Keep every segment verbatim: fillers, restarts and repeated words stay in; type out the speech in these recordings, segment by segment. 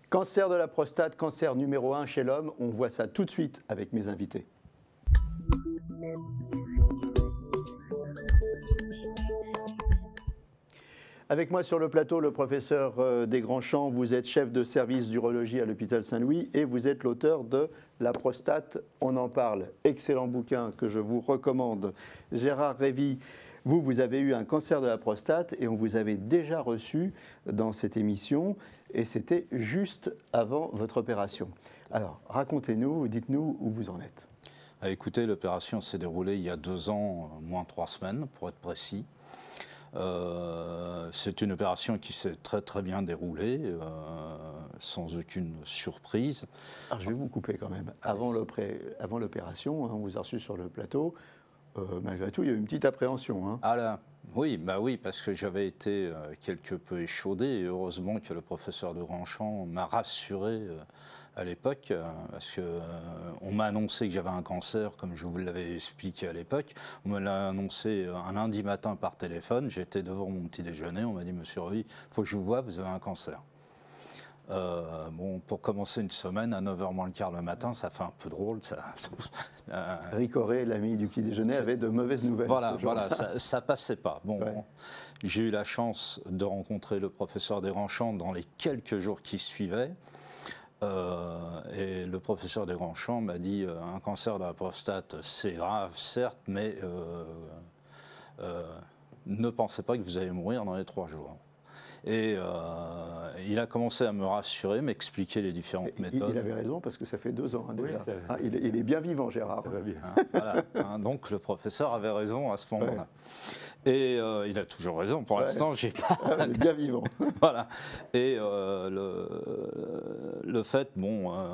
Cancer de la prostate, cancer numéro un chez l'homme. On voit ça tout de suite avec mes invités. Avec moi sur le plateau, le professeur Desgrandchamps. Vous êtes chef de service d'urologie à l'hôpital Saint-Louis et vous êtes l'auteur de La prostate, on en parle. Excellent bouquin que je vous recommande. Gérard Révy, vous, vous avez eu un cancer de la prostate et on vous avait déjà reçu dans cette émission et c'était juste avant votre opération. Alors, racontez-nous, dites-nous où vous en êtes. Ah, écoutez, l'opération s'est déroulée il y a deux ans, moins trois semaines, pour être précis. Euh, c'est une opération qui s'est très très bien déroulée, euh, sans aucune surprise. Alors je vais vous couper quand même. Avant l'opération, hein, on vous a reçu sur le plateau. Euh, malgré tout, il y a eu une petite appréhension. Hein. Ah là, oui, bah oui, parce que j'avais été euh, quelque peu échaudé. Et heureusement que le professeur Desgrandchamps m'a rassuré euh, à l'époque, euh, parce que euh, on m'a annoncé que j'avais un cancer, comme je vous l'avais expliqué à l'époque. On me l'a annoncé un lundi matin par téléphone. J'étais devant mon petit déjeuner. On m'a dit, Monsieur Révy, il faut que je vous voie, vous avez un cancer. Euh, bon, pour commencer une semaine à neuf heures moins le quart le matin, ça fait un peu drôle. Ça. euh, Ricoré, l'ami du petit déjeuner, avait de mauvaises nouvelles. Voilà, voilà, ça, ça passait pas. Bon, ouais. J'ai eu la chance de rencontrer le professeur Desgrandchamps dans les quelques jours qui suivaient. Euh, et le professeur Desgrandchamps m'a dit euh, un cancer de la prostate, c'est grave, certes, mais euh, euh, ne pensez pas que vous allez mourir dans les trois jours. Et euh, il a commencé à me rassurer, m'expliquer les différentes il, méthodes. Il avait raison parce que ça fait deux ans hein, déjà. Oui, hein, il, il est bien vivant, Gérard. Ça va bien. Hein, voilà, hein, donc le professeur avait raison à ce moment-là. Ouais. Et euh, il a toujours raison. Pour ouais. l'instant, j'ai pas. Ah, il est bien vivant. Voilà. Et euh, le, le fait, bon. Euh,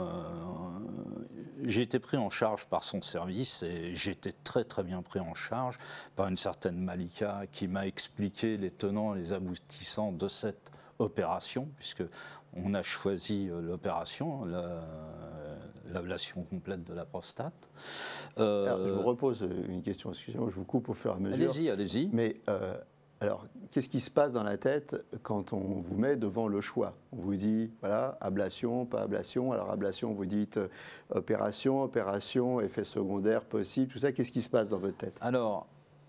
j'ai été pris en charge par son service et j'ai été très très bien pris en charge par une certaine Malika qui m'a expliqué les tenants et les aboutissants de cette opération, puisque on a choisi l'opération, l'ablation complète de la prostate. Euh, alors, je vous repose une question, excusez-moi, je vous coupe au fur et à mesure. Allez-y, allez-y. Mais euh, alors, qu'est-ce qui se passe dans la tête quand on vous met devant le choix? On vous dit, voilà, ablation, pas ablation. Alors, ablation, vous dites euh, opération, opération, effet secondaire possible, tout ça. Qu'est-ce qui se passe dans votre tête? Alors,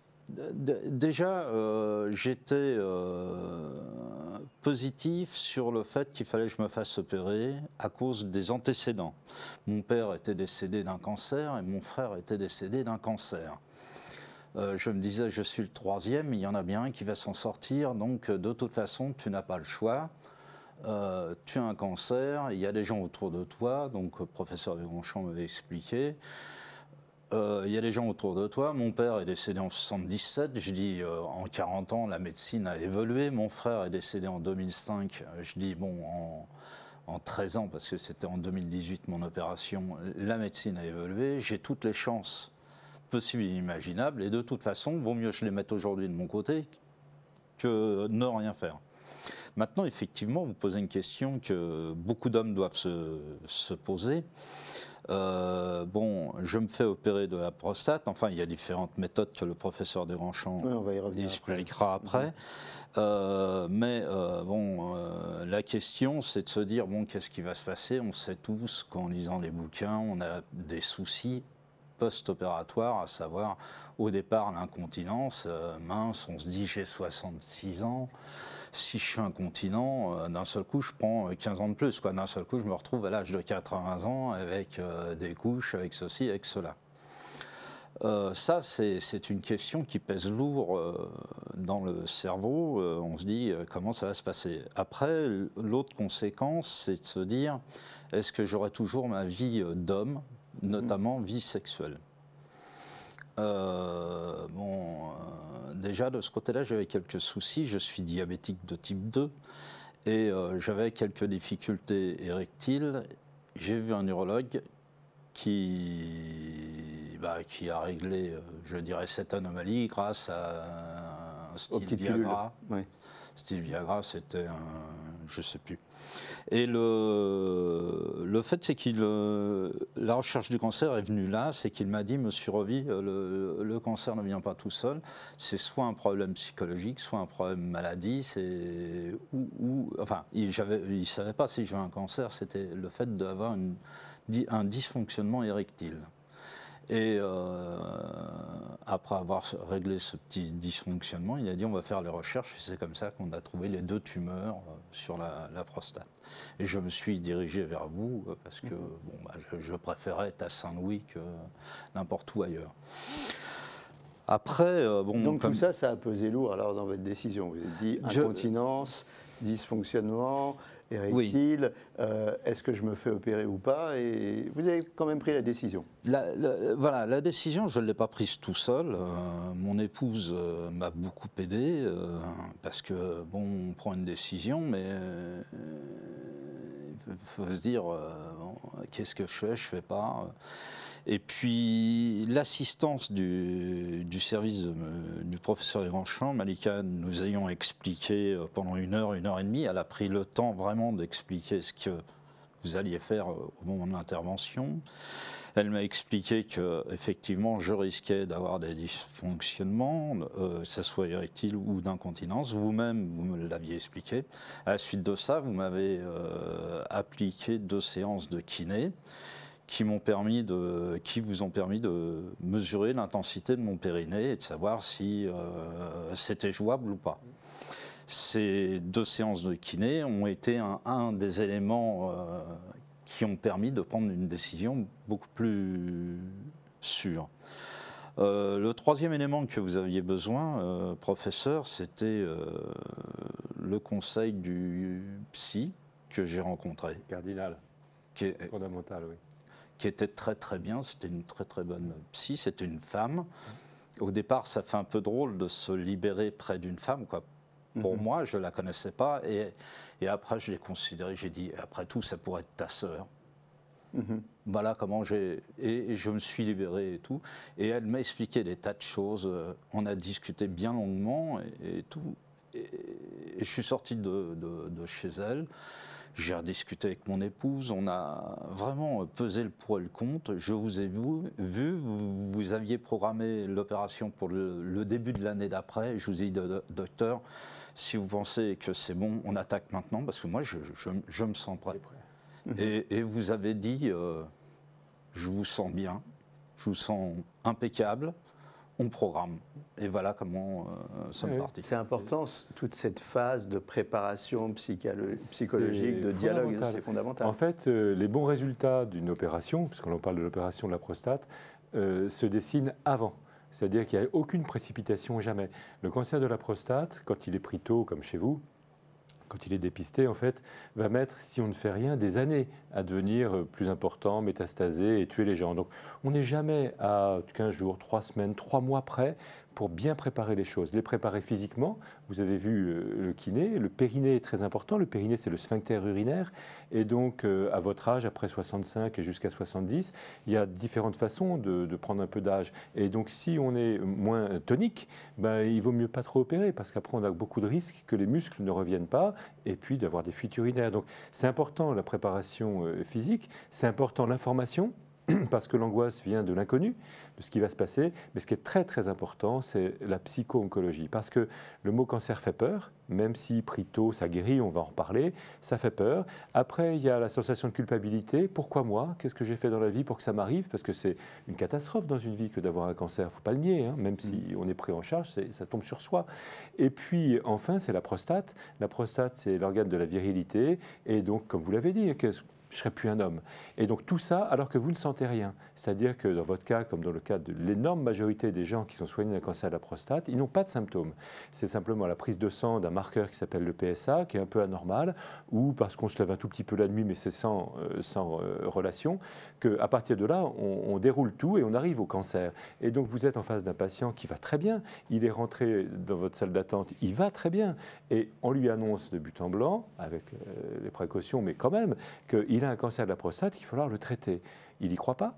déjà, euh, j'étais euh, positif sur le fait qu'il fallait que je me fasse opérer à cause des antécédents. Mon père était décédé d'un cancer et mon frère était décédé d'un cancer. Euh, je me disais, je suis le troisième, il y en a bien un qui va s'en sortir, donc de toute façon, tu n'as pas le choix. Euh, tu as un cancer, il y a des gens autour de toi, donc le professeur Desgrandchamps m'avait expliqué. Euh, il y a des gens autour de toi. Mon père est décédé en soixante-dix-sept. Je dis, euh, en quarante ans, la médecine a évolué. Mon frère est décédé en deux mille cinq. Je dis, bon, en, en treize ans, parce que c'était en deux mille dix-huit mon opération, la médecine a évolué. J'ai toutes les chances possibles et inimaginables. Et de toute façon, vaut mieux que je les mette aujourd'hui de mon côté que ne rien faire. Maintenant, effectivement, vous posez une question que beaucoup d'hommes doivent se, se poser. Euh, bon, je me fais opérer de la prostate. Enfin, il y a différentes méthodes que le professeur Desgrandchamps oui, expliquera après. après. Euh, mais euh, bon, euh, la question, c'est de se dire bon, qu'est-ce qui va se passer? On sait tous qu'en lisant les bouquins, on a des soucis post-opératoires, à savoir au départ l'incontinence. Euh, mince, on se dit j'ai soixante-six ans. Si je suis incontinent, euh, d'un seul coup, je prends quinze ans de plus. D'un seul coup, je me retrouve à l'âge de quatre-vingts ans avec euh, des couches, avec ceci, avec cela. Euh, ça, c'est une question qui pèse lourd euh, dans le cerveau. Euh, on se dit euh, comment ça va se passer. Après, l'autre conséquence, c'est de se dire est-ce que j'aurai toujours ma vie d'homme, notamment vie sexuelle? Euh, bon, euh, déjà de ce côté-là, j'avais quelques soucis. Je suis diabétique de type deux et euh, j'avais quelques difficultés érectiles. J'ai vu un urologue qui, bah, qui a réglé, euh, je dirais, cette anomalie grâce à style petites Viagra. pilules. Oui. Style Viagra, c'était un... je sais plus. Et le, le fait, c'est qu'il... La recherche du cancer est venue là, c'est qu'il m'a dit, Monsieur Revy, le, le cancer ne vient pas tout seul, c'est soit un problème psychologique, soit un problème maladie, c'est... Ou, ou, enfin, il ne savait pas si j'avais un cancer, c'était le fait d'avoir une, un dysfonctionnement érectile. Et euh, après avoir réglé ce petit dysfonctionnement, il a dit on va faire les recherches et c'est comme ça qu'on a trouvé les deux tumeurs euh, sur la, la prostate. Et je me suis dirigé vers vous euh, parce que bon, bah, je, je préférais être à Saint-Louis que n'importe où ailleurs. Après, euh, bon, donc comme... tout ça, ça a pesé lourd alors dans votre décision. Vous avez dit incontinence, je... dysfonctionnement, érectile, oui. euh, est-ce que je me fais opérer ou pas? Et vous avez quand même pris la décision. La, la, voilà, la décision, je ne l'ai pas prise tout seul. Euh, mon épouse euh, m'a beaucoup aidé euh, parce que, bon, on prend une décision, mais euh, il faut se dire, euh, bon, qu'est-ce que je fais, je ne fais pas. Et puis, l'assistance du, du service de, du professeur Desgrandchamps, Malika, nous ayant expliqué pendant une heure, une heure et demie, elle a pris le temps vraiment d'expliquer ce que vous alliez faire au moment de l'intervention. Elle m'a expliqué qu'effectivement, je risquais d'avoir des dysfonctionnements, euh, que ce soit érectile ou d'incontinence. Vous-même, vous me l'aviez expliqué. À la suite de ça, vous m'avez euh, appliqué deux séances de kiné qui m'ont permis de, qui vous ont permis de mesurer l'intensité de mon périnée et de savoir si euh, c'était jouable ou pas. Ces deux séances de kiné ont été un, un des éléments euh, qui ont permis de prendre une décision beaucoup plus sûre. Euh, le troisième élément que vous aviez besoin, euh, professeur, c'était euh, le conseil du psy que j'ai rencontré. Cardinal. Qui est fondamental, oui. Qui était très très bien, c'était une très très bonne psy, c'était une femme. Au départ, ça fait un peu drôle de se libérer près d'une femme, quoi. Pour mm-hmm. moi, je ne la connaissais pas, et, et après je l'ai considérée, j'ai dit, après tout, ça pourrait être ta sœur. Mm-hmm. Voilà comment j'ai... Et, et je me suis libéré et tout, et elle m'a expliqué des tas de choses, on a discuté bien longuement et, et tout, et, et je suis sorti de, de, de chez elle. J'ai rediscuté avec mon épouse, on a vraiment pesé le pour et le contre. Je vous ai vu, vu vous, vous aviez programmé l'opération pour le, le début de l'année d'après. Je vous ai dit, docteur, si vous pensez que c'est bon, on attaque maintenant, parce que moi, je, je, je me sens prêt. Mmh. Et, et vous avez dit, euh, je vous sens bien, je vous sens impeccable. On programme. Et voilà comment euh, nous sommes oui. partis. C'est important, toute cette phase de préparation psychologique, de dialogue, c'est fondamental. En fait, euh, les bons résultats d'une opération, puisqu'on parle de l'opération de la prostate, euh, se dessinent avant. C'est-à-dire qu'il n'y a aucune précipitation, jamais. Le cancer de la prostate, quand il est pris tôt, comme chez vous, quand il est dépisté, en fait, va mettre, si on ne fait rien, des années à devenir plus important, métastaser et tuer les gens. Donc, on n'est jamais à quinze jours, trois semaines, trois mois près pour bien préparer les choses. Les préparer physiquement, vous avez vu euh, le kiné, le périnée est très important. Le périnée, c'est le sphincter urinaire. Et donc, euh, à votre âge, après soixante-cinq et jusqu'à soixante-dix, il y a différentes façons de, de prendre un peu d'âge. Et donc, si on est moins tonique, ben, il vaut mieux pas trop opérer parce qu'après, on a beaucoup de risques que les muscles ne reviennent pas et puis d'avoir des fuites urinaires. Donc, c'est important la préparation euh, physique, c'est important l'information, parce que l'angoisse vient de l'inconnu, de ce qui va se passer. Mais ce qui est très très important, c'est la psycho-oncologie. Parce que le mot cancer fait peur, même si pris tôt, ça guérit, on va en reparler, ça fait peur. Après, il y a la sensation de culpabilité. Pourquoi moi? Qu'est-ce que j'ai fait dans la vie pour que ça m'arrive? Parce que c'est une catastrophe dans une vie que d'avoir un cancer, il ne faut pas le nier, hein. Même si on est pris en charge, ça tombe sur soi. Et puis, enfin, c'est la prostate. La prostate, c'est l'organe de la virilité. Et donc, comme vous l'avez dit, je ne serai plus un homme. Et donc tout ça alors que vous ne sentez rien. C'est-à-dire que dans votre cas, comme dans le cas de l'énorme majorité des gens qui sont soignés d'un cancer de la prostate, ils n'ont pas de symptômes. C'est simplement la prise de sang d'un marqueur qui s'appelle le P S A, qui est un peu anormal, ou parce qu'on se lève un tout petit peu la nuit, mais c'est sans, euh, sans euh, relation, qu'à partir de là, on, on déroule tout et on arrive au cancer. Et donc vous êtes en face d'un patient qui va très bien, il est rentré dans votre salle d'attente, il va très bien, et on lui annonce de but en blanc, avec euh, les précautions, mais quand même, qu'il a un cancer de la prostate, qu'il va falloir le traiter. Il n'y croit pas.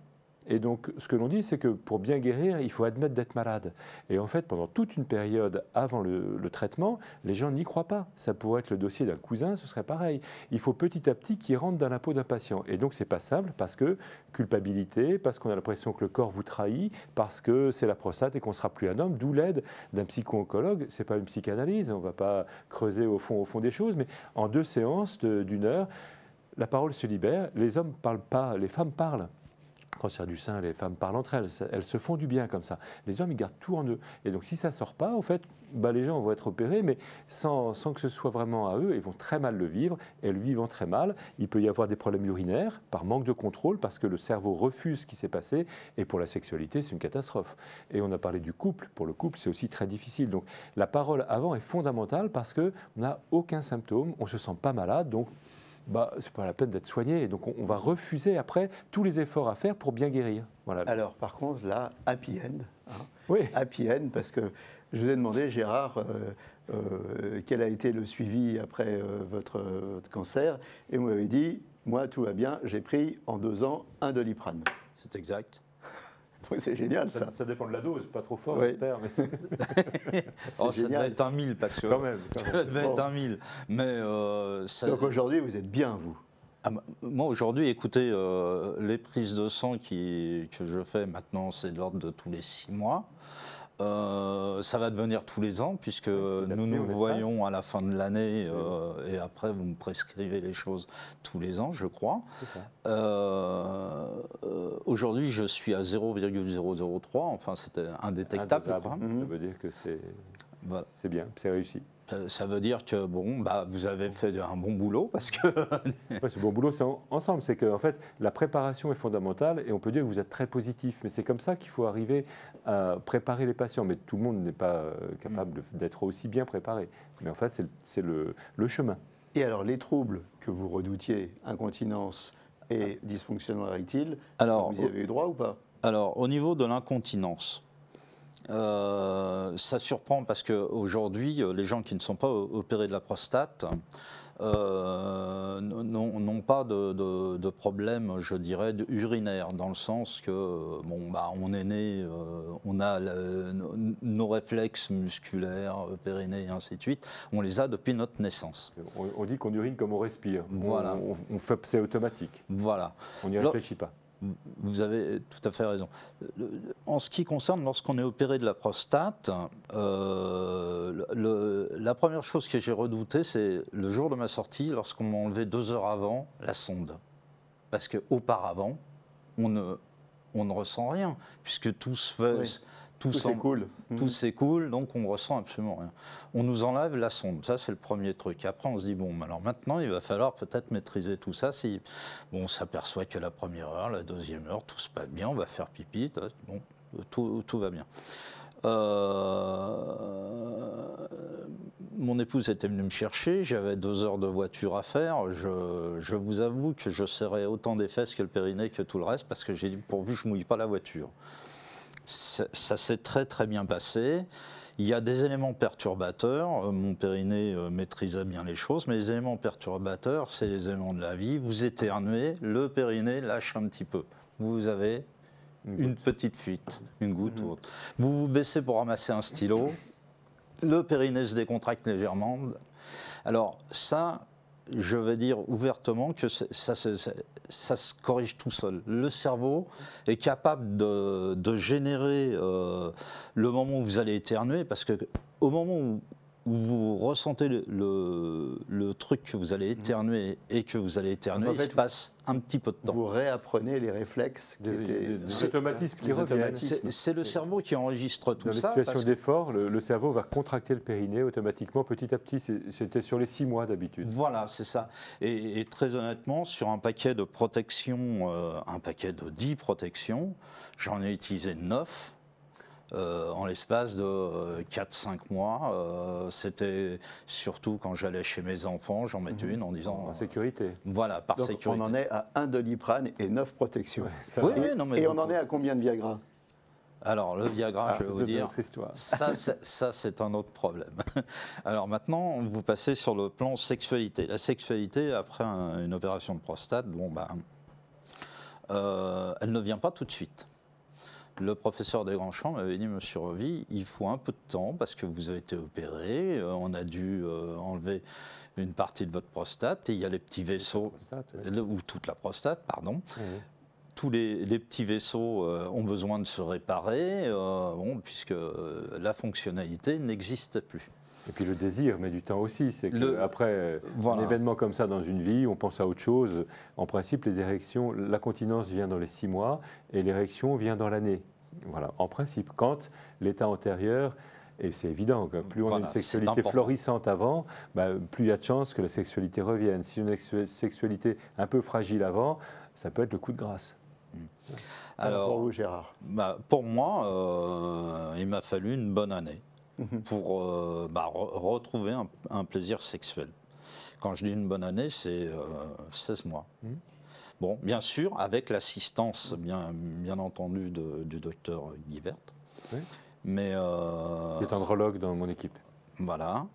Et donc, ce que l'on dit, c'est que pour bien guérir, il faut admettre d'être malade. Et en fait, pendant toute une période avant le, le traitement, les gens n'y croient pas. Ça pourrait être le dossier d'un cousin, ce serait pareil. Il faut petit à petit qu'il rentre dans la peau d'un patient. Et donc, c'est pas simple parce que culpabilité, parce qu'on a l'impression que le corps vous trahit, parce que c'est la prostate et qu'on ne sera plus un homme, d'où l'aide d'un psycho-oncologue. Ce n'est pas une psychanalyse, on ne va pas creuser au fond, au fond des choses, mais en deux séances d'une heure, la parole se libère, les hommes ne parlent pas, les femmes parlent. Cancer du sein, les femmes parlent entre elles, elles se font du bien comme ça. Les hommes, ils gardent tout en eux. Et donc, si ça ne sort pas, en fait, bah, les gens vont être opérés, mais sans, sans que ce soit vraiment à eux, ils vont très mal le vivre. Et le vivant très mal, il peut y avoir des problèmes urinaires par manque de contrôle, parce que le cerveau refuse ce qui s'est passé. Et pour la sexualité, c'est une catastrophe. Et on a parlé du couple. Pour le couple, c'est aussi très difficile. Donc, la parole avant est fondamentale parce qu'on n'a aucun symptôme, on ne se sent pas malade. Donc, bah, ce n'est pas la peine d'être soigné. Et donc, on, on va refuser après tous les efforts à faire pour bien guérir. Voilà. Alors, par contre, là, happy end. Hein, oui. Happy end, parce que je vous ai demandé, Gérard, euh, euh, quel a été le suivi après euh, votre, votre cancer. Et vous m'avez dit, moi, tout va bien, j'ai pris en deux ans un Doliprane. C'est exact. C'est génial, ça. ça. Ça dépend de la dose, pas trop fort, oui. j'espère. Mais oh, ça devait être un mille, parce que quand même, quand ça même. devait Bon. être un mille. Mais euh, ça... Donc aujourd'hui, vous êtes bien, vous. Ah, moi, aujourd'hui, écoutez, euh, les prises de sang qui, que je fais maintenant, c'est de l'ordre de tous les six mois. Euh, ça va devenir tous les ans, puisque oui, nous nous voyons à la fin de l'année, euh, et après, vous me prescrivez les choses tous les ans, je crois. Euh, euh, aujourd'hui, je suis à zéro virgule zéro zéro trois, enfin, c'était indétectable, je crois. Mmh. Ça veut dire que c'est voilà. bien, c'est réussi. Ça veut dire que bon, bah, vous avez fait un bon boulot parce que. ouais, ce bon boulot, c'est en, ensemble. C'est que en fait, la préparation est fondamentale et on peut dire que vous êtes très positif. Mais c'est comme ça qu'il faut arriver à préparer les patients. Mais tout le monde n'est pas euh, capable mmh. d'être aussi bien préparé. Mais en fait, c'est le, le chemin. Et alors, les troubles que vous redoutiez, incontinence et dysfonctionnement érectile, alors, vous y avez eu droit ou pas? Alors, au niveau de l'incontinence. Euh, ça surprend parce qu'aujourd'hui, les gens qui ne sont pas opérés de la prostate euh, n'ont pas de, de, de problème, je dirais, urinaire, dans le sens que, bon, bah, on est né, euh, on a le, nos réflexes musculaires, périnées et ainsi de suite, on les a depuis notre naissance. On, on dit qu'on urine comme on respire. Voilà. On, on, on fait, c'est automatique. Voilà. On n'y réfléchit pas. Vous avez tout à fait raison. En ce qui concerne lorsqu'on est opéré de la prostate, euh, le, la première chose que j'ai redoutée, c'est le jour de ma sortie, lorsqu'on m'a enlevé deux heures avant la sonde. Parce qu'auparavant, on ne, on ne ressent rien, puisque tout se fait... Oui. Tout, tout s'écoule. Tout s'écoule, donc on ne ressent absolument rien. On nous enlève la sonde, ça c'est le premier truc. Après on se dit, bon, alors maintenant il va falloir peut-être maîtriser tout ça. Si bon, on s'aperçoit que la première heure, la deuxième heure, tout se passe bien, on va faire pipi, bon, tout, tout va bien. Euh, mon épouse était venue me chercher, j'avais deux heures de voiture à faire. Je, je vous avoue que je serrais autant des fesses que le périnée que tout le reste, parce que j'ai dit, pourvu que je ne mouille pas la voiture. Ça, ça s'est très très bien passé. Il y a des éléments perturbateurs. Mon périnée euh, maîtrisait bien les choses, mais les éléments perturbateurs, c'est les éléments de la vie. Vous éternuez, le périnée lâche un petit peu. Vous avez une, une petite fuite, une goutte mmh. ou autre. Vous vous baissez pour ramasser un stylo, le périnée se décontracte légèrement. Alors ça, je vais dire ouvertement que ça, ça, ça se corrige tout seul. Le cerveau est capable de, de générer euh, le moment où vous allez éternuer, parce qu'au moment où, où vous ressentez le, le, le truc que vous allez éternuer et que vous allez éternuer, en fait, il se passe un petit peu de temps. Vous réapprenez les réflexes qui des, étaient... des, des automatismes qui reviennent. C'est le cerveau qui enregistre tout ça. ça. Dans les situations d'effort, le, le cerveau va contracter le périnée automatiquement, petit à petit. C'était sur les six mois d'habitude. Voilà, c'est ça. Et, et très honnêtement, sur un paquet de protections, euh, un paquet de dix protections, j'en ai utilisé neuf. Euh, en l'espace de euh, quatre cinq mois. Euh, C'était surtout quand j'allais chez mes enfants, j'en mettais mmh. une en disant... En sécurité. Voilà, par Donc sécurité. On en est à un Doliprane et neuf protections. Ouais, oui, et oui, non, mais et beaucoup. on en est à combien de Viagra? Alors, le Viagra, ah, je vais vous dire, ça, ça c'est un autre problème. Alors maintenant, vous passez sur le plan sexualité. La sexualité, après un, une opération de prostate, bon, bah, euh, elle ne vient pas tout de suite. Le professeur Desgrandchamps m'avait dit, Monsieur Revy, il faut un peu de temps parce que vous avez été opéré, euh, on a dû euh, enlever une partie de votre prostate et il y a les petits vaisseaux, prostate, oui. le- ou toute la prostate, pardon. Oui. Tous les, les petits vaisseaux euh, ont besoin de se réparer, euh, bon, puisque la fonctionnalité n'existe plus. Et puis le désir met du temps aussi. C'est Le- qu'après voilà. un événement comme ça dans une vie, on pense à autre chose. En principe, les érections, la continence vient dans les six mois et l'érection vient dans l'année. Voilà, en principe. Quand l'état antérieur, et c'est évident, que plus on Voilà, a une c'est sexualité important. florissante avant, bah, plus il y a de chances que la sexualité revienne. Si on a une sexualité un peu fragile avant, ça peut être le coup de grâce. Alors, pour vous, Gérard. Bah, pour moi, euh, il m'a fallu une bonne année pour euh, bah, re- retrouver un, un plaisir sexuel. Quand je dis une bonne année, c'est euh, seize mois. Mhm. Bon, bien sûr, avec l'assistance, bien, bien entendu, de- du docteur Guy Vert. Oui. Mais euh, Qui est andrologue dans mon équipe. voilà.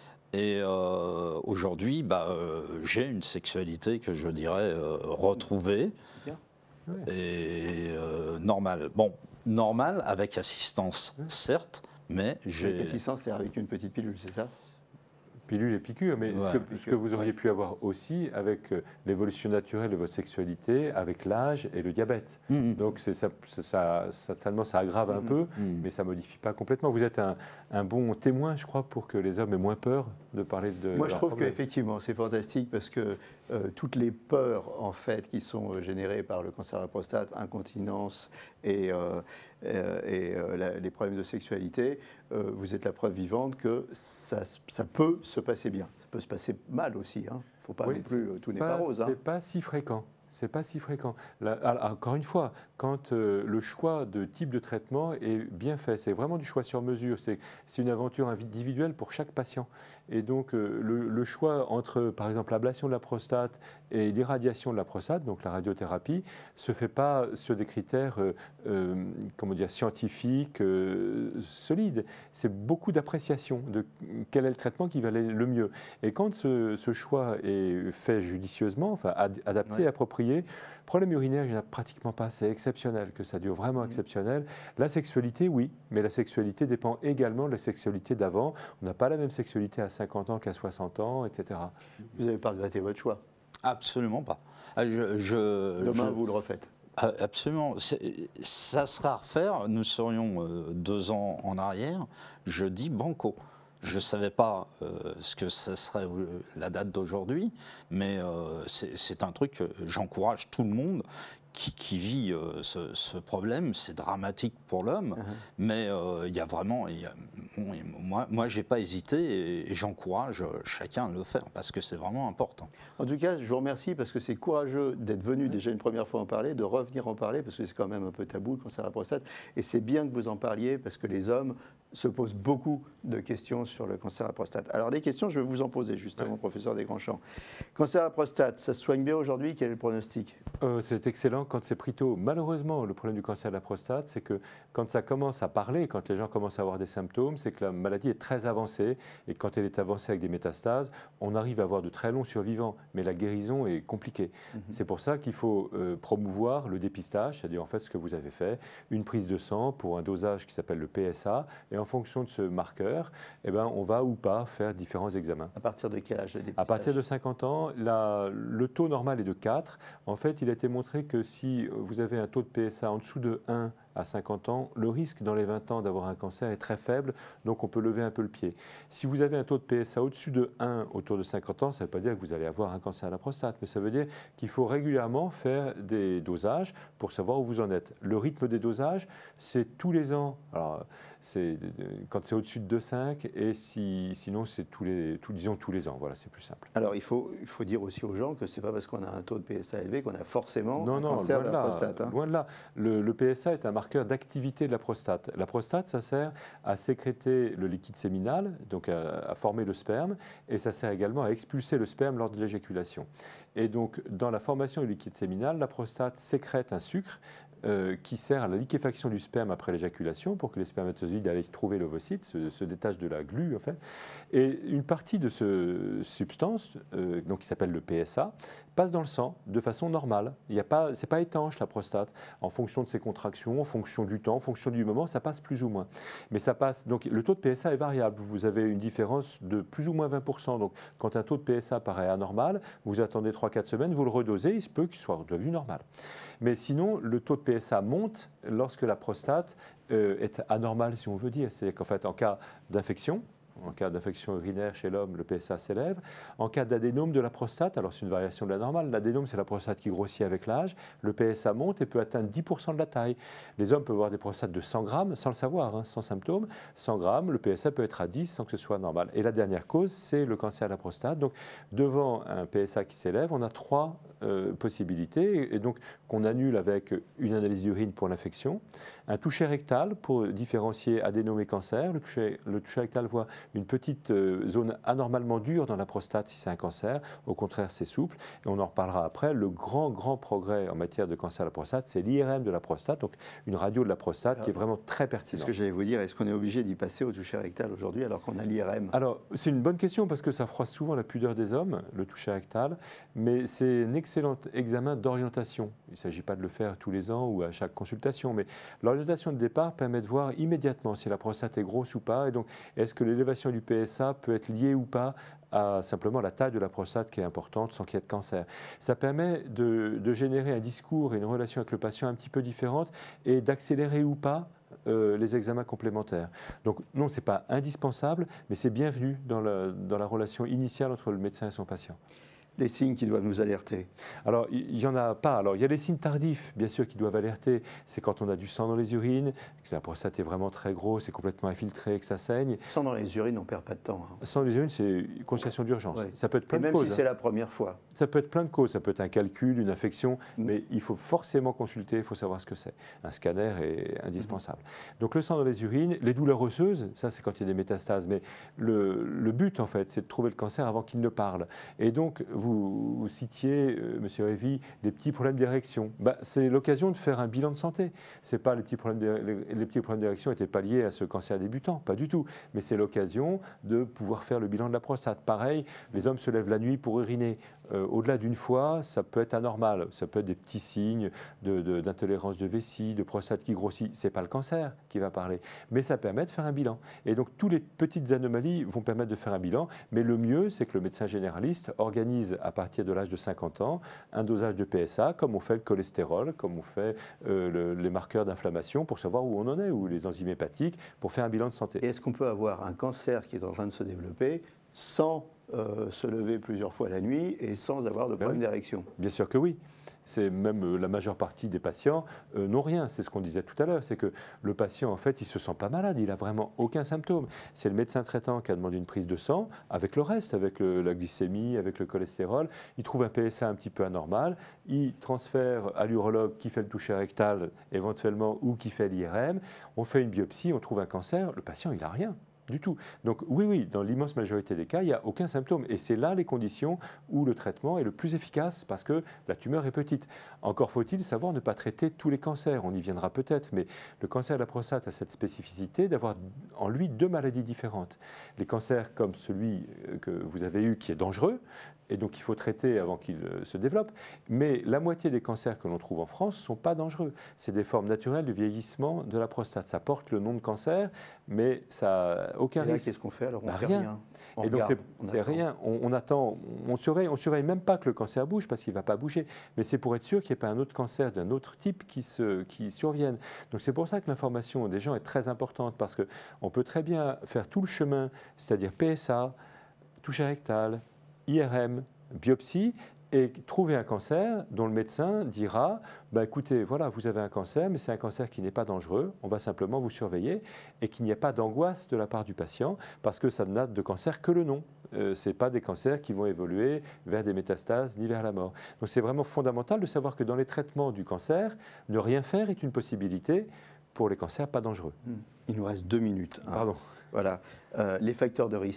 Et euh, aujourd'hui, bah, euh, j'ai une sexualité que je dirais euh, retrouvée Bien. Ouais. et euh, normale. Bon, normale avec assistance, certes, mais j'ai. Avec assistance, c'est avec une petite pilule, c'est ça? Pilule et piqûre, mais Ouais. ce, que, ce que vous auriez pu avoir aussi avec euh, l'évolution naturelle de votre sexualité, avec l'âge et le diabète. Mhm. Donc c'est ça, ça, ça- certainement ça aggrave un peu, Mhm. mais ça ne modifie pas complètement. Vous êtes un, un bon témoin, je crois, pour que les hommes aient moins peur de parler de Moi, je leurs trouve problèmes. qu'effectivement, c'est fantastique parce que euh, toutes les peurs, en fait, qui sont euh, générées par le cancer de la prostate, incontinence et, euh, euh, et euh, la- les problèmes de sexualité, euh, vous êtes la preuve vivante que ça, ça peut se passer bien. Ça peut se passer mal aussi. Il ne faut pas Oui, non plus, euh, tout n'est Pas- pas rose. hein. C'est pas si fréquent. C'est pas si fréquent. Là, alors, encore une fois, quand euh, le choix de type de traitement est bien fait, c'est vraiment du choix sur mesure. C'est c'est une aventure individuelle pour chaque patient. Et donc, euh, le, le choix entre, par exemple, l'ablation de la prostate et l'irradiation de la prostate, donc la radiothérapie, se fait pas sur des critères, euh, euh, comment dire, scientifiques euh, solides. C'est beaucoup d'appréciation de quel est le traitement qui va aller le mieux. Et quand ce, ce choix est fait judicieusement, enfin ad- adapté, Ouais. approprié, problème urinaire, il n'y en a pratiquement pas. C'est exceptionnel, que ça dure vraiment Mhm. exceptionnel. La sexualité, oui, mais la sexualité dépend également de la sexualité d'avant. On n'a pas la même sexualité à cinquante ans qu'à soixante ans, et cetera. Vous n'avez pas regretté votre choix. Absolument pas. Ah, je- je- Demain, je- vous le refaites. Ah, absolument. C'est- Ça sera à refaire. Nous serions euh, deux ans en arrière. Je dis banco. Je ne savais pas euh, ce que ce serait euh, la date d'aujourd'hui, mais euh, c'est c'est un truc que j'encourage tout le monde qui, qui vit euh, ce, ce problème. C'est dramatique pour l'homme, mais euh, il y a vraiment. il y a- bon, moi, moi je n'ai pas hésité et, et j'encourage chacun à le faire parce que c'est vraiment important. En tout cas, je vous remercie parce que c'est courageux d'être venu déjà une première fois en parler, de revenir en parler parce que c'est quand même un peu tabou le cancer de la prostate. Et c'est bien que vous en parliez parce que les hommes se posent beaucoup de questions sur le cancer de la prostate. Alors des questions, je vais vous en poser justement, Ouais. professeur Desgrandchamps. Cancer de la prostate, ça se soigne bien aujourd'hui? Quel est le pronostic? Euh, c'est excellent quand c'est pris tôt. Malheureusement, le problème du cancer de la prostate, c'est que quand ça commence à parler, quand les gens commencent à avoir des symptômes, c'est que la maladie est très avancée. Et quand elle est avancée avec des métastases, on arrive à avoir de très longs survivants. Mais la guérison est compliquée. Mhm. C'est pour ça qu'il faut euh, promouvoir le dépistage, c'est-à-dire en fait ce que vous avez fait, une prise de sang pour un dosage qui s'appelle le P S A. Et en fonction de ce marqueur, eh ben, on va ou pas faire différents examens. À partir de quel âge le dépistage? À partir de cinquante ans, la- le taux normal est de quatre. En fait, il a été montré que si vous avez un taux de P S A en dessous de un à cinquante ans, le risque dans les vingt ans d'avoir un cancer est très faible, donc on peut lever un peu le pied. Si vous avez un taux de P S A au-dessus de un autour de cinquante ans, ça ne veut pas dire que vous allez avoir un cancer de la prostate, mais ça veut dire qu'il faut régulièrement faire des dosages pour savoir où vous en êtes. Le rythme des dosages, c'est tous les ans. Alors, c'est quand c'est au-dessus de deux virgule cinq et si, sinon c'est tous les, tous, disons tous les ans. Voilà, c'est plus simple. Alors il faut, il faut dire aussi aux gens que ce n'est pas parce qu'on a un taux de P S A élevé qu'on a forcément Non, un non, cancer loin de de la là, prostate. hein. loin de là. Le, le P S A est un marqueur d'activité de la prostate. La prostate, ça sert à sécréter le liquide séminal, donc à, à former le sperme, et ça sert également à expulser le sperme lors de l'éjaculation. Et donc, dans la formation du liquide séminal, la prostate sécrète un sucre euh, qui sert à la liquéfaction du sperme après l'éjaculation pour que les spermatozoïdes aillent trouver l'ovocyte, se, se détachent de la glu en fait. Et une partie de ce substance, euh, donc qui s'appelle le P S A, passe dans le sang de façon normale. Il y a pas, c'est pas étanche la prostate. En fonction de ses contractions, en fonction du temps, en fonction du moment, ça passe plus ou moins. Mais ça passe. Donc le taux de P S A est variable. Vous avez une différence de plus ou moins vingt pour cent. Donc quand un taux de P S A paraît anormal, vous attendez trois à quatre semaines, vous le redosez, il se peut qu'il soit redevenu normal. Mais sinon, le taux de P S A monte lorsque la prostate euh, est anormale, si on veut dire. C'est-à-dire qu'en fait, en cas d'infection, en cas d'infection urinaire chez l'homme, le P S A s'élève. En cas d'adénome de la prostate, alors c'est une variation de la normale, l'adénome c'est la prostate qui grossit avec l'âge, le P S A monte et peut atteindre dix pour cent de la taille. Les hommes peuvent avoir des prostates de cent grammes sans le savoir, hein, sans symptômes. cent grammes, le P S A peut être à dix sans que ce soit normal. Et la dernière cause, c'est le cancer de la prostate. Donc devant un P S A qui s'élève, on a trois euh, possibilités, et donc qu'on annule avec une analyse d'urine pour l'infection, un toucher rectal pour différencier adénome et cancer. Le toucher, le toucher rectal voit une petite euh, zone anormalement dure dans la prostate si c'est un cancer. Au contraire, c'est souple. Et on en reparlera après. Le grand, grand progrès en matière de cancer de la prostate, c'est l'I R M de la prostate, donc une radio de la prostate qui est vraiment très pertinente. C'est ce que j'allais vous dire. Est-ce qu'on est obligé d'y passer au toucher rectal aujourd'hui alors qu'on a l'I R M? Alors, c'est une bonne question parce que ça froisse souvent la pudeur des hommes, le toucher rectal, mais c'est un excellent examen d'orientation. Il ne s'agit pas de le faire tous les ans ou à chaque consultation, mais l'orientation de départ permet de voir immédiatement si la prostate est grosse ou pas, et donc est-ce que l'élévation du P S A peut être liée ou pas à simplement la taille de la prostate qui est importante sans qu'il y ait de cancer. Ça permet de, de générer un discours et une relation avec le patient un petit peu différente et d'accélérer ou pas Euh, les examens complémentaires. Donc non, ce n'est pas indispensable, mais c'est bienvenu dans la, dans la relation initiale entre le médecin et son patient. Les signes qui doivent nous alerter? Alors, il n'y en a pas. Alors, il y a les signes tardifs, bien sûr, qui doivent alerter. C'est quand on a du sang dans les urines, que la prostate est vraiment très grosse, c'est complètement infiltré, que ça saigne. Sang dans les urines, on ne perd pas de temps. Hein. Sang dans les urines, c'est une consultation d'urgence. Oui. Ça peut être plein Et de même causes. si c'est la première fois. Ça peut être plein de causes. Ça peut être un calcul, une infection, mmh. mais il faut forcément consulter, il faut savoir ce que c'est. Un scanner est indispensable. Mmh. Donc, le sang dans les urines, les douleurs osseuses, ça, c'est quand il y a des métastases. Mais le, le but, en fait, c'est de trouver le cancer avant qu'il ne parle. Et donc, vous, vous citiez, euh, Monsieur Révy, les petits problèmes d'érection. Bah, c'est l'occasion de faire un bilan de santé. C'est pas les petits problèmes les, les petits problèmes d'érection n'étaient pas liés à ce cancer débutant, pas du tout. Mais c'est l'occasion de pouvoir faire le bilan de la prostate. Pareil, les hommes se lèvent la nuit pour uriner. Euh, au-delà d'une fois, ça peut être anormal. Ça peut être des petits signes de, de, d'intolérance de vessie, de prostate qui grossit. C'est pas le cancer qui va parler, mais ça permet de faire un bilan. Et donc, toutes les petites anomalies vont permettre de faire un bilan. Mais le mieux, c'est que le médecin généraliste organise à partir de l'âge de cinquante ans un dosage de P S A, comme on fait le cholestérol, comme on fait euh, le, les marqueurs d'inflammation pour savoir où on en est, ou les enzymes hépatiques, pour faire un bilan de santé. Et est-ce qu'on peut avoir un cancer qui est en train de se développer sans euh, se lever plusieurs fois la nuit et sans avoir de problème ben oui. d'érection? Bien sûr que oui. C'est même euh, la majeure partie des patients euh, n'ont rien. C'est ce qu'on disait tout à l'heure. C'est que le patient, en fait, il ne se sent pas malade. Il n'a vraiment aucun symptôme. C'est le médecin traitant qui a demandé une prise de sang avec le reste, avec le, la glycémie, avec le cholestérol. Il trouve un P S A un petit peu anormal. Il transfère à l'urologue qui fait le toucher rectal éventuellement ou qui fait l'I R M. On fait une biopsie, on trouve un cancer. Le patient, il n'a rien. Du tout. Donc oui, oui, dans l'immense majorité des cas, il n'y a aucun symptôme. Et c'est là les conditions où le traitement est le plus efficace parce que la tumeur est petite. Encore faut-il savoir ne pas traiter tous les cancers. On y viendra peut-être, mais le cancer de la prostate a cette spécificité d'avoir en lui deux maladies différentes. Les cancers comme celui que vous avez eu qui est dangereux, et donc il faut traiter avant qu'il se développe. Mais la moitié des cancers que l'on trouve en France ne sont pas dangereux. C'est des formes naturelles de vieillissement de la prostate. Ça porte le nom de cancer, mais ça n'a aucun et là, risque. Qu'est-ce qu'on fait alors? On bah, fait rien. rien. On et donc regarde, c'est, on c'est rien. On, on attend, on surveille, on surveille même pas que le cancer bouge parce qu'il ne va pas bouger. Mais c'est pour être sûr qu'il n'y ait pas un autre cancer d'un autre type qui, se, qui survienne. Donc c'est pour ça que l'information des gens est très importante parce qu'on peut très bien faire tout le chemin, c'est-à-dire P S A, toucher rectal, I R M, biopsie, et trouver un cancer dont le médecin dira bah, écoutez, voilà, vous avez un cancer, mais c'est un cancer qui n'est pas dangereux, on va simplement vous surveiller et qu'il n'y ait pas d'angoisse de la part du patient parce que ça n'a de cancer que le nom. Euh, ce n'est pas des cancers qui vont évoluer vers des métastases ni vers la mort. Donc c'est vraiment fondamental de savoir que dans les traitements du cancer, ne rien faire est une possibilité pour les cancers pas dangereux. Il nous reste deux minutes. Hein. Pardon. Voilà. Euh, les facteurs de risque.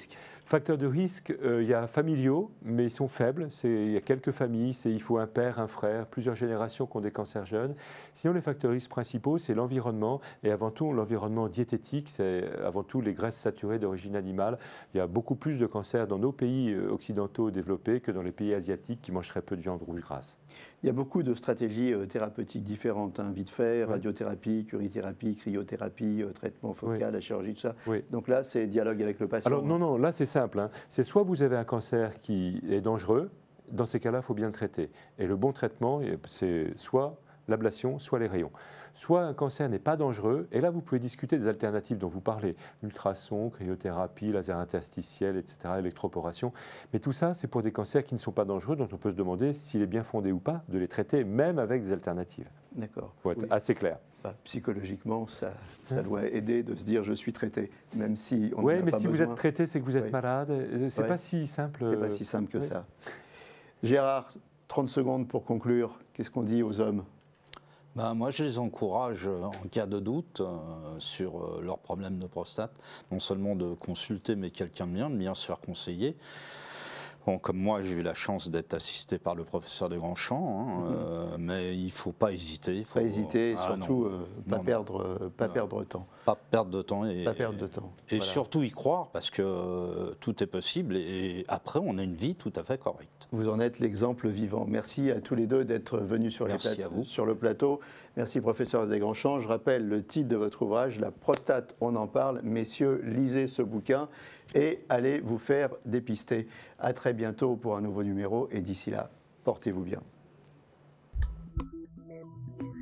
Facteurs de risque, euh, il y a familiaux, mais ils sont faibles. Il y a quelques familles, il faut un père, un frère, plusieurs générations qui ont des cancers jeunes. Sinon, les facteurs de risque principaux, c'est l'environnement, et avant tout l'environnement diététique, c'est avant tout les graisses saturées d'origine animale. Il y a beaucoup plus de cancers dans nos pays occidentaux développés que dans les pays asiatiques qui mangent très peu de viande rouge grasse. Il y a beaucoup de stratégies euh, thérapeutiques différentes, hein, vite fait, oui. radiothérapie, curithérapie, cryothérapie, euh, traitement focal, oui. la chirurgie, tout ça. Oui. Donc là, c'est dialogue avec le patient. Alors non, non, là c'est simple. Hein. C'est soit vous avez un cancer qui est dangereux, dans ces cas-là, il faut bien le traiter. Et le bon traitement, c'est soit l'ablation, soit les rayons. Soit un cancer n'est pas dangereux, et là vous pouvez discuter des alternatives dont vous parlez, ultrasons, cryothérapie, laser interstitiel, et cetera, électroporation. Mais tout ça, c'est pour des cancers qui ne sont pas dangereux, dont on peut se demander s'il est bien fondé ou pas de les traiter, même avec des alternatives. D'accord. Il faut être oui. assez clair. Bah, psychologiquement, ça, ça doit aider de se dire je suis traité, même si on Oui, n'en a mais pas si besoin. vous êtes traité, c'est que vous êtes oui. malade. C'est ouais. pas si simple. C'est pas si simple que oui. ça. Gérard, trente secondes pour conclure. Qu'est-ce qu'on dit aux hommes ? Ben, moi, je les encourage, en cas de doute euh, sur euh, leurs problèmes de prostate, non seulement de consulter, mais quelqu'un de bien, de bien se faire conseiller. Bon, comme moi, j'ai eu la chance d'être assisté par le professeur Desgrandchamps, hein, mm-hmm. euh, mais il ne faut pas hésiter. Il faut pas hésiter, ah, surtout non. Euh, pas, non, perdre, euh, pas non. perdre de temps. Pas perdre de temps. Et, pas perdre de temps. Et voilà. surtout y croire, parce que euh, tout est possible, et, et après, on a une vie tout à fait correcte. Vous en êtes l'exemple vivant. Merci à tous les deux d'être venus sur, les pla- sur le plateau. Merci, professeur Desgrandchamps. Je rappelle le titre de votre ouvrage, La prostate, on en parle. Messieurs, lisez ce bouquin et allez vous faire dépister. À très bientôt pour un nouveau numéro et d'ici là, portez-vous bien.